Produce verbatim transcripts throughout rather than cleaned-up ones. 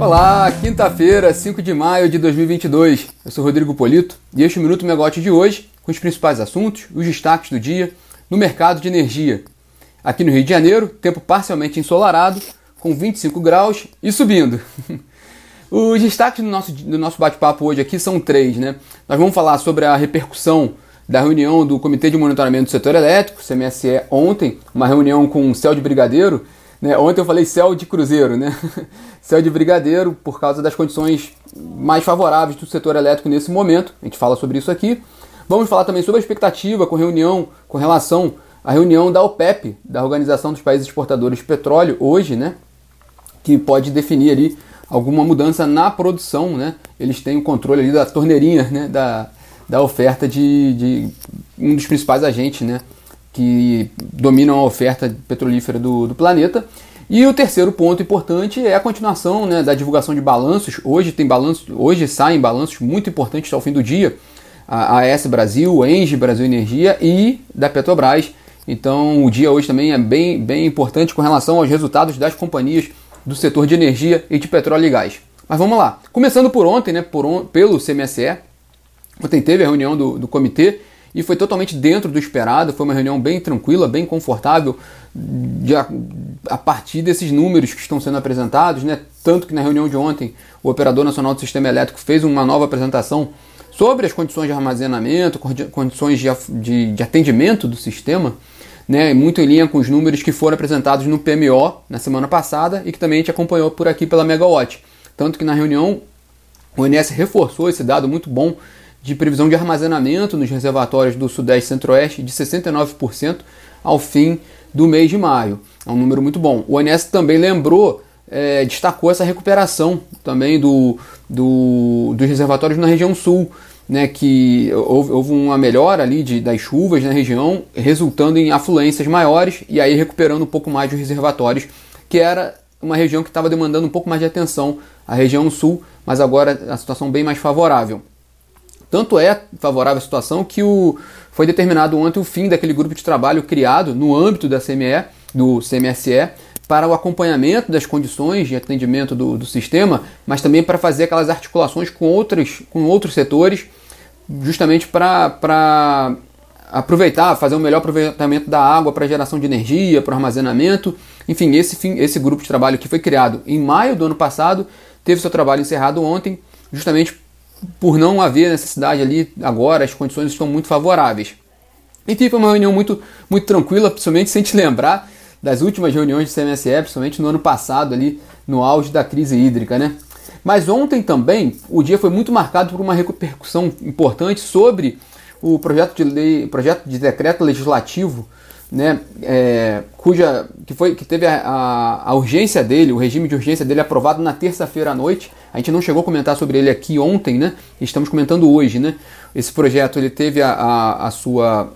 Olá, quinta-feira, cinco de maio de dois mil e vinte e dois. Eu sou Rodrigo Polito e este é o Minuto Megawatt de hoje, com os principais assuntos, os destaques do dia no mercado de energia. Aqui no Rio de Janeiro, tempo parcialmente ensolarado, com vinte e cinco graus e subindo. Os destaques do nosso, do nosso bate-papo hoje aqui são três, né? Nós vamos falar sobre a repercussão da reunião do Comitê de Monitoramento do Setor Elétrico, C M S E, ontem, uma reunião com céu de brigadeiro. Né? Ontem eu falei céu de cruzeiro, né? Céu de brigadeiro, por causa das condições mais favoráveis do setor elétrico nesse momento. A gente fala sobre isso aqui. Vamos falar também sobre a expectativa com reunião, com relação à reunião da OPEP, da Organização dos Países Exportadores de Petróleo, hoje, né? Que pode definir ali alguma mudança na produção, né? Eles têm o controle ali da torneirinha, né? Da, da oferta de, de um dos principais agentes, né? Que dominam a oferta petrolífera do, do planeta. E o terceiro ponto importante é a continuação, né, da divulgação de balanços. Hoje tem balanços, hoje saem balanços muito importantes ao fim do dia. A AES Brasil, a Engie Brasil Energia e da Petrobras. Então o dia hoje também é bem, bem importante com relação aos resultados das companhias do setor de energia e de petróleo e gás. Mas vamos lá. Começando por ontem, né, por on, pelo C M S E. Ontem teve a reunião do, do comitê. E foi totalmente dentro do esperado, foi uma reunião bem tranquila, bem confortável, de a, a partir desses números que estão sendo apresentados, né? Tanto que na reunião de ontem o Operador Nacional do Sistema Elétrico fez uma nova apresentação sobre as condições de armazenamento, condições de, de, de atendimento do sistema, né? Muito em linha com os números que foram apresentados no P M O na semana passada e que também a gente acompanhou por aqui pela Megawatt. Tanto que na reunião o O N S reforçou esse dado muito bom de previsão de armazenamento nos reservatórios do Sudeste e Centro-Oeste de sessenta e nove por cento ao fim do mês de maio. É um número muito bom. O O N S também lembrou, é, destacou essa recuperação também do, do, dos reservatórios na região sul, né, que houve, houve uma melhora ali de, das chuvas na região, resultando em afluências maiores e aí recuperando um pouco mais dos reservatórios, que era uma região que estava demandando um pouco mais de atenção, a região sul, mas agora a situação bem mais favorável. Tanto é favorável a situação que o, foi determinado ontem o fim daquele grupo de trabalho criado no âmbito da C M E, do C M S E para o acompanhamento das condições de atendimento do, do sistema, mas também para fazer aquelas articulações com outros, com outros setores, justamente para aproveitar, fazer um melhor aproveitamento da água para geração de energia, para armazenamento. Enfim, esse, fim, esse grupo de trabalho que foi criado em maio do ano passado, teve seu trabalho encerrado ontem, justamente por não haver necessidade ali agora, as condições estão muito favoráveis. Enfim, foi uma reunião muito, muito tranquila, principalmente se a gente lembrar das últimas reuniões de C M S E, principalmente no ano passado, ali no auge da crise hídrica, né? Mas ontem também, o dia foi muito marcado por uma repercussão importante sobre o projeto de lei, projeto de decreto legislativo, né, é, cuja, que, foi, que teve a, a, a urgência dele, o regime de urgência dele aprovado na terça-feira à noite. A gente não chegou a comentar sobre ele aqui ontem, né? Estamos comentando hoje, né? Esse projeto ele teve a, a, a sua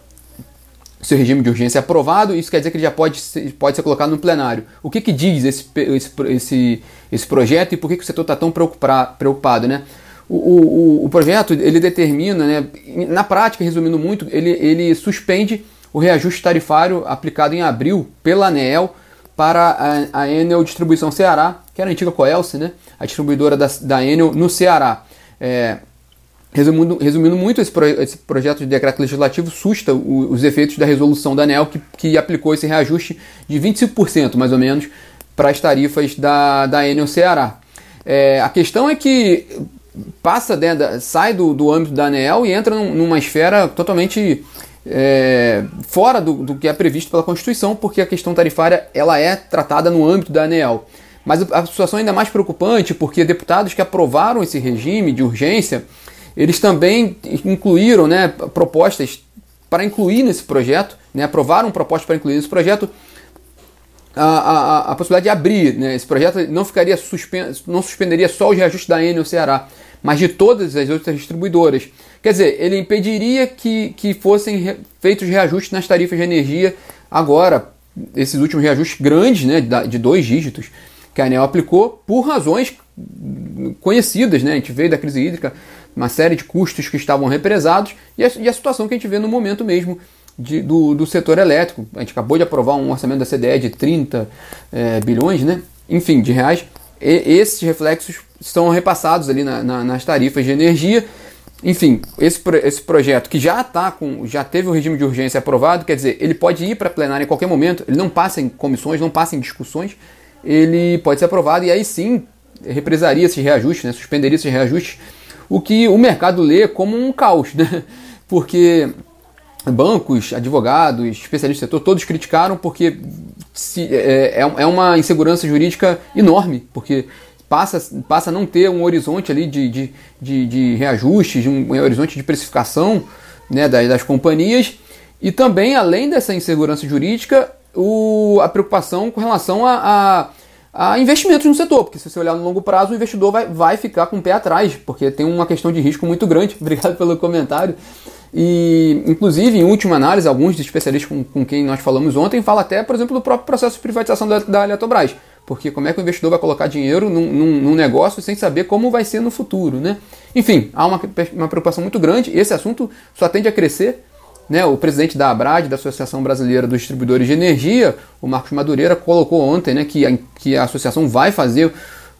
seu regime de urgência aprovado, isso quer dizer que ele já pode ser, pode ser colocado no plenário. O que, que diz esse, esse, esse, esse projeto e por que, que o setor está tão preocupado, né? O, o, o projeto ele determina, né, na prática, resumindo muito, ele, ele suspende o reajuste tarifário aplicado em abril pela ANEEL para a, a Enel Distribuição Ceará, que era a antiga Coelce, né, a distribuidora da, da Enel no Ceará. É, resumindo, resumindo muito, esse, pro, esse projeto de decreto legislativo susta o, os efeitos da resolução da ANEEL, que, que aplicou esse reajuste de vinte e cinco por cento, mais ou menos, para as tarifas da, da Enel Ceará. É, a questão é que passa, né, sai do, do âmbito da ANEEL e entra num, numa esfera totalmente é, fora do, do que é previsto pela Constituição, porque a questão tarifária ela é tratada no âmbito da ANEEL. Mas a situação é ainda mais preocupante porque deputados que aprovaram esse regime de urgência, eles também incluíram, né, propostas para incluir nesse projeto, né, aprovaram propostas para incluir nesse projeto A, a, a possibilidade de abrir, né? Esse projeto não ficaria suspenso, não suspenderia só os reajustes da Enel Ceará, mas de todas as outras distribuidoras. Quer dizer, ele impediria que, que fossem re, feitos reajustes nas tarifas de energia agora, esses últimos reajustes grandes, né, de dois dígitos, que a ANEEL aplicou por razões conhecidas, né? A gente veio da crise hídrica, uma série de custos que estavam represados e a, e a situação que a gente vê no momento mesmo de, do, do setor elétrico. A gente acabou de aprovar um orçamento da C D E de trinta é, bilhões, né? Enfim, de reais. e, esses reflexos são repassados ali na, na, nas tarifas de energia. Enfim, esse, esse projeto que já tá com, já teve o regime de urgência aprovado, quer dizer, ele pode ir para a plenária em qualquer momento, ele não passa em comissões, não passa em discussões, ele pode ser aprovado e aí sim represaria esses reajustes, né, suspenderia esses reajustes, o que o mercado lê como um caos, né, porque bancos, advogados, especialistas do setor, todos criticaram porque se, é, é uma insegurança jurídica enorme, porque Passa, passa a não ter um horizonte ali de, de, de, de reajustes, de um, um horizonte de precificação, né, das, das companhias, e também, além dessa insegurança jurídica, o, a preocupação com relação a, a, a investimentos no setor, porque se você olhar no longo prazo, o investidor vai, vai ficar com o pé atrás, porque tem uma questão de risco muito grande. Obrigado pelo comentário. E, inclusive, em última análise, alguns dos especialistas com, com quem nós falamos ontem falam até, por exemplo, do próprio processo de privatização da, da Eletrobras. Porque como é que o investidor vai colocar dinheiro num, num, num negócio sem saber como vai ser no futuro, né? Enfim, há uma, uma preocupação muito grande. Esse assunto só tende a crescer, né? O presidente da ABRAD, da Associação Brasileira dos Distribuidores de Energia, o Marcos Madureira, colocou ontem, né, que, a, que a associação vai fazer,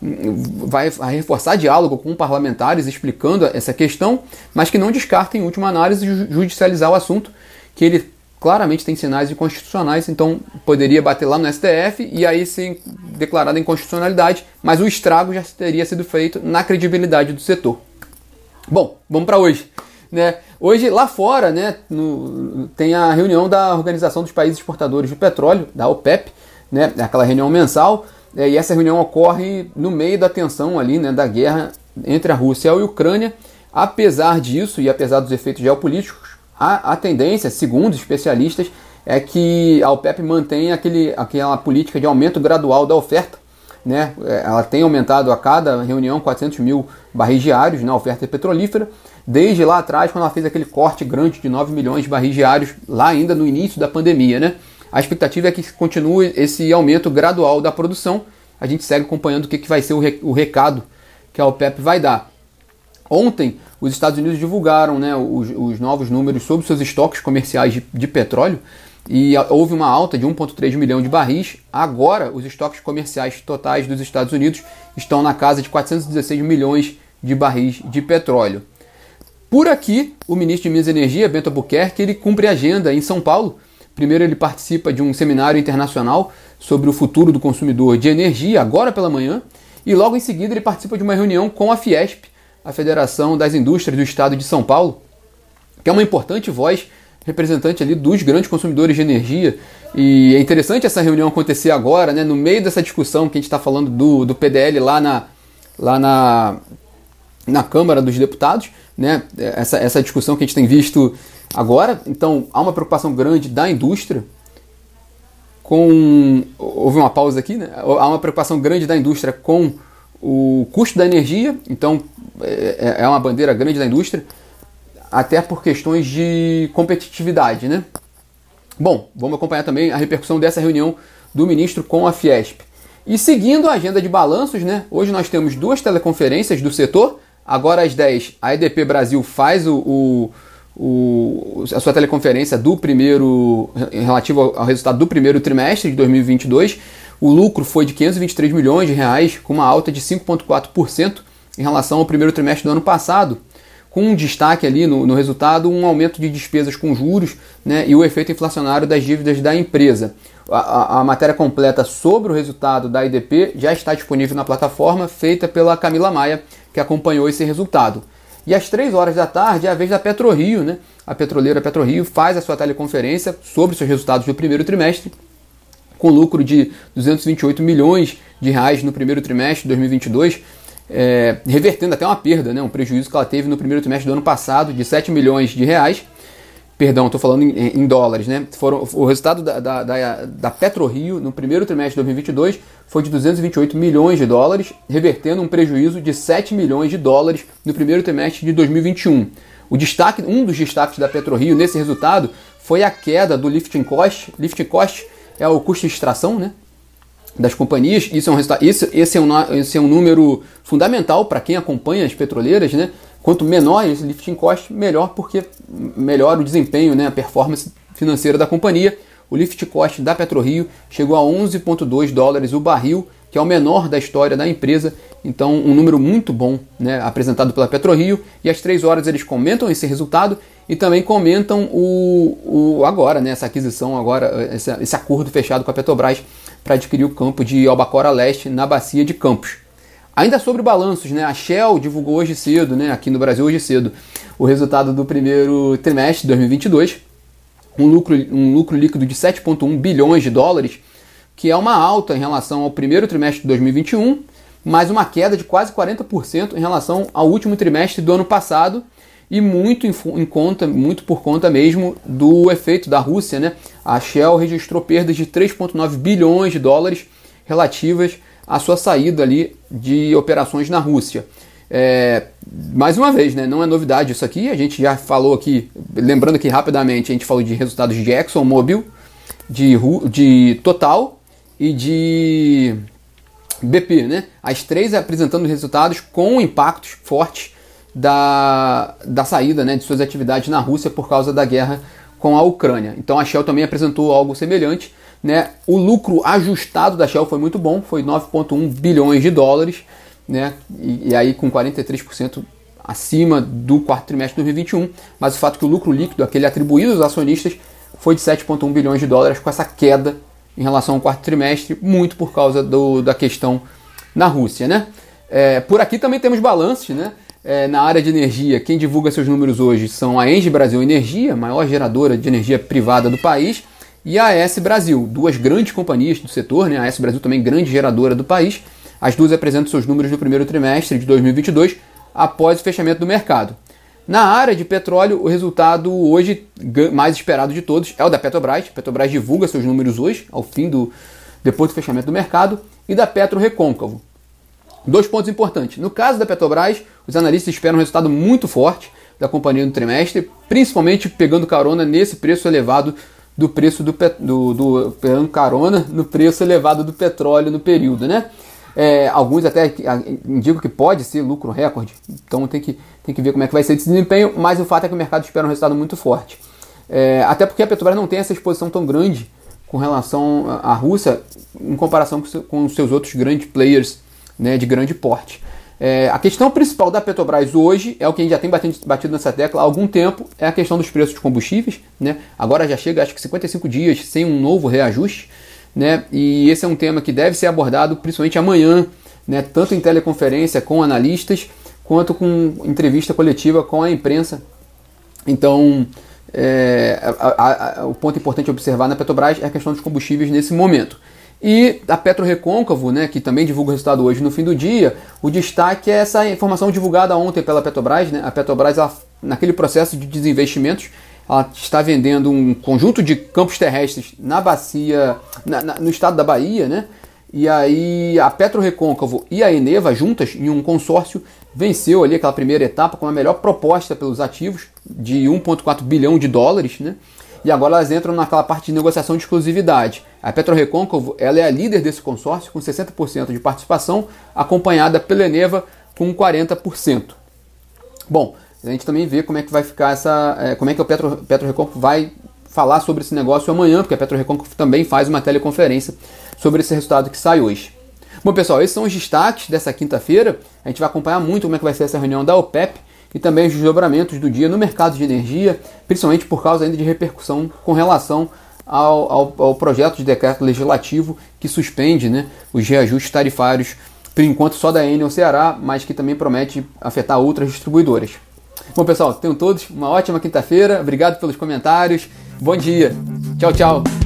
vai, vai reforçar diálogo com parlamentares explicando essa questão, mas que não descarta, em última análise, judicializar o assunto, que ele claramente tem sinais inconstitucionais, então poderia bater lá no S T F e aí ser declarada inconstitucionalidade, mas o estrago já teria sido feito na credibilidade do setor. Bom, vamos para hoje. Né? Hoje, lá fora, né, no, tem a reunião da Organização dos Países Exportadores de Petróleo, da OPEP, né, aquela reunião mensal, é, e essa reunião ocorre no meio da tensão ali, né, da guerra entre a Rússia e a Ucrânia. Apesar disso, e apesar dos efeitos geopolíticos, A, a tendência, segundo os especialistas, é que a OPEP mantém aquele, aquela política de aumento gradual da oferta, né? Ela tem aumentado a cada reunião quatrocentos mil barris diários na oferta petrolífera, desde lá atrás, quando ela fez aquele corte grande de nove milhões de barris diários, lá ainda no início da pandemia, né? A expectativa é que continue esse aumento gradual da produção. A gente segue acompanhando o que, que vai ser o, re, o recado que a OPEP vai dar. Ontem, os Estados Unidos divulgaram, né, os, os novos números sobre seus estoques comerciais de, de petróleo e houve uma alta de um vírgula três milhão de barris. Agora, os estoques comerciais totais dos Estados Unidos estão na casa de quatrocentos e dezesseis milhões de barris de petróleo. Por aqui, o ministro de Minas e Energia, Bento Albuquerque, ele cumpre agenda em São Paulo. Primeiro, ele participa de um seminário internacional sobre o futuro do consumidor de energia, agora pela manhã, e logo em seguida ele participa de uma reunião com a Fiesp, a Federação das Indústrias do Estado de São Paulo, que é uma importante voz representante ali dos grandes consumidores de energia. E é interessante essa reunião acontecer agora, né, no meio dessa discussão que a gente está falando do, do P D L lá, na, lá na, na Câmara dos Deputados, né, essa, essa discussão que a gente tem visto agora. Então há uma preocupação grande da indústria com... Houve uma pausa aqui, né? Há uma preocupação grande da indústria com o custo da energia, então é uma bandeira grande da indústria, até por questões de competitividade, né? Bom, vamos acompanhar também a repercussão dessa reunião do ministro com a Fiesp. E seguindo a agenda de balanços, né? Hoje nós temos duas teleconferências do setor. Agora às dez, a E D P Brasil faz o, o, o, a sua teleconferência do primeiro, relativo ao, ao resultado do primeiro trimestre de dois mil e vinte e dois. O lucro foi de quinhentos e vinte e três milhões de reais, com uma alta de cinco vírgula quatro por cento em relação ao primeiro trimestre do ano passado, com um destaque ali no, no resultado, um aumento de despesas com juros, né, e o efeito inflacionário das dívidas da empresa. A, a, a matéria completa sobre o resultado da E D P já está disponível na plataforma, feita pela Camila Maia, que acompanhou esse resultado. E às três horas da tarde é a vez da PetroRio, né? A petroleira PetroRio faz a sua teleconferência sobre seus resultados do primeiro trimestre, com lucro de duzentos e vinte e oito milhões de reais no primeiro trimestre de dois mil e vinte e dois, é, revertendo até uma perda, né, um prejuízo que ela teve no primeiro trimestre do ano passado de sete milhões de reais. Perdão, estou falando em, em dólares, né? Foram, o resultado da, da, da, da PetroRio no primeiro trimestre de dois mil e vinte e dois foi de duzentos e vinte e oito milhões de dólares, revertendo um prejuízo de sete milhões de dólares no primeiro trimestre de dois mil e vinte e um. O destaque, um dos destaques da PetroRio nesse resultado foi a queda do lifting cost. Lifting cost é o custo de extração, né, das companhias. Isso é um resultado, esse, esse, é um, esse é um número fundamental para quem acompanha as petroleiras, né? Quanto menor esse lifting cost, melhor, porque melhora o desempenho, né, a performance financeira da companhia. O lifting cost da PetroRio chegou a onze vírgula dois dólares o barril, que é o menor da história da empresa, então um número muito bom, né, apresentado pela PetroRio, e às três horas eles comentam esse resultado e também comentam o, o agora, né, essa aquisição, agora, esse, esse acordo fechado com a Petrobras para adquirir o campo de Albacora Leste na bacia de Campos. Ainda sobre balanços, né, a Shell divulgou hoje cedo, né, aqui no Brasil hoje cedo, o resultado do primeiro trimestre de dois mil e vinte e dois, um lucro, um lucro líquido de sete vírgula um bilhões de dólares, que é uma alta em relação ao primeiro trimestre de dois mil e vinte e um, mas uma queda de quase quarenta por cento em relação ao último trimestre do ano passado, e muito em, em conta, muito por conta mesmo do efeito da Rússia, né? A Shell registrou perdas de três vírgula nove bilhões de dólares relativas à sua saída ali de operações na Rússia. É, mais uma vez, né, não é novidade isso aqui, a gente já falou aqui, lembrando aqui rapidamente, a gente falou de resultados de ExxonMobil, de, de Total e de B P, né? As três apresentando resultados com impactos fortes da, da saída, né, de suas atividades na Rússia por causa da guerra com a Ucrânia. Então a Shell também apresentou algo semelhante, né? O lucro ajustado da Shell foi muito bom, foi nove vírgula um bilhões de dólares, né? E, e aí com quarenta e três por cento acima do quarto trimestre de dois mil e vinte e um, mas o fato é que o lucro líquido, aquele atribuído aos acionistas, foi de sete vírgula um bilhões de dólares, com essa queda em relação ao quarto trimestre, muito por causa do, da questão na Rússia, né? É, por aqui também temos balanços, né? É, na área de energia, quem divulga seus números hoje são a Engie Brasil Energia, maior geradora de energia privada do país, e a AES Brasil, duas grandes companhias do setor, né? A AES Brasil também grande geradora do país. As duas apresentam seus números do primeiro trimestre de dois mil e vinte e dois, após o fechamento do mercado. Na área de petróleo, o resultado hoje mais esperado de todos é o da Petrobras. A Petrobras divulga seus números hoje, ao fim do, depois do fechamento do mercado, e da PetroRecôncavo. Dois pontos importantes. No caso da Petrobras, os analistas esperam um resultado muito forte da companhia no trimestre, principalmente pegando carona nesse preço elevado do preço do, do, do pegando carona no preço elevado do petróleo no período, né? É, alguns até indicam que pode ser lucro recorde, então tem que, tem que ver como é que vai ser esse desempenho, mas o fato é que o mercado espera um resultado muito forte. É, até porque a Petrobras não tem essa exposição tão grande com relação à Rússia em comparação com os seus outros grandes players, né, de grande porte. É, a questão principal da Petrobras hoje é o que a gente já tem batido, batido nessa tecla há algum tempo, é a questão dos preços de combustíveis, né? Agora já chega acho que cinquenta e cinco dias sem um novo reajuste, né? E esse é um tema que deve ser abordado principalmente amanhã, né? Tanto em teleconferência com analistas, quanto com entrevista coletiva com a imprensa. Então, é, a, a, a, o ponto importante a observar na Petrobras é a questão dos combustíveis nesse momento. E a PetroRecôncavo, né, que também divulga o resultado hoje no fim do dia, o destaque é essa informação divulgada ontem pela Petrobras, né? A Petrobras, ela, naquele processo de desinvestimentos, ela está vendendo um conjunto de campos terrestres na bacia, na, na, no estado da Bahia, né? E aí a PetroRecôncavo e a Eneva, juntas em um consórcio, venceu ali aquela primeira etapa com a melhor proposta pelos ativos, de um vírgula quatro bilhão de dólares, né? E agora elas entram naquela parte de negociação de exclusividade. A PetroRecôncavo, ela é a líder desse consórcio, com sessenta por cento de participação, acompanhada pela Eneva com quarenta por cento. Bom, a gente também vê como é que vai ficar essa, é, como é que o Petro, PetroRecôncavo vai falar sobre esse negócio amanhã, porque a PetroRecôncavo também faz uma teleconferência sobre esse resultado que sai hoje. Bom, pessoal, esses são os destaques dessa quinta-feira. A gente vai acompanhar muito como é que vai ser essa reunião da OPEP e também os desdobramentos do dia no mercado de energia, principalmente por causa ainda de repercussão com relação ao, ao, ao projeto de decreto legislativo que suspende, né, os reajustes tarifários, por enquanto só da Enel Ceará, mas que também promete afetar outras distribuidoras. Bom, pessoal, tenham todos uma ótima quinta-feira, obrigado pelos comentários, bom dia, tchau, tchau.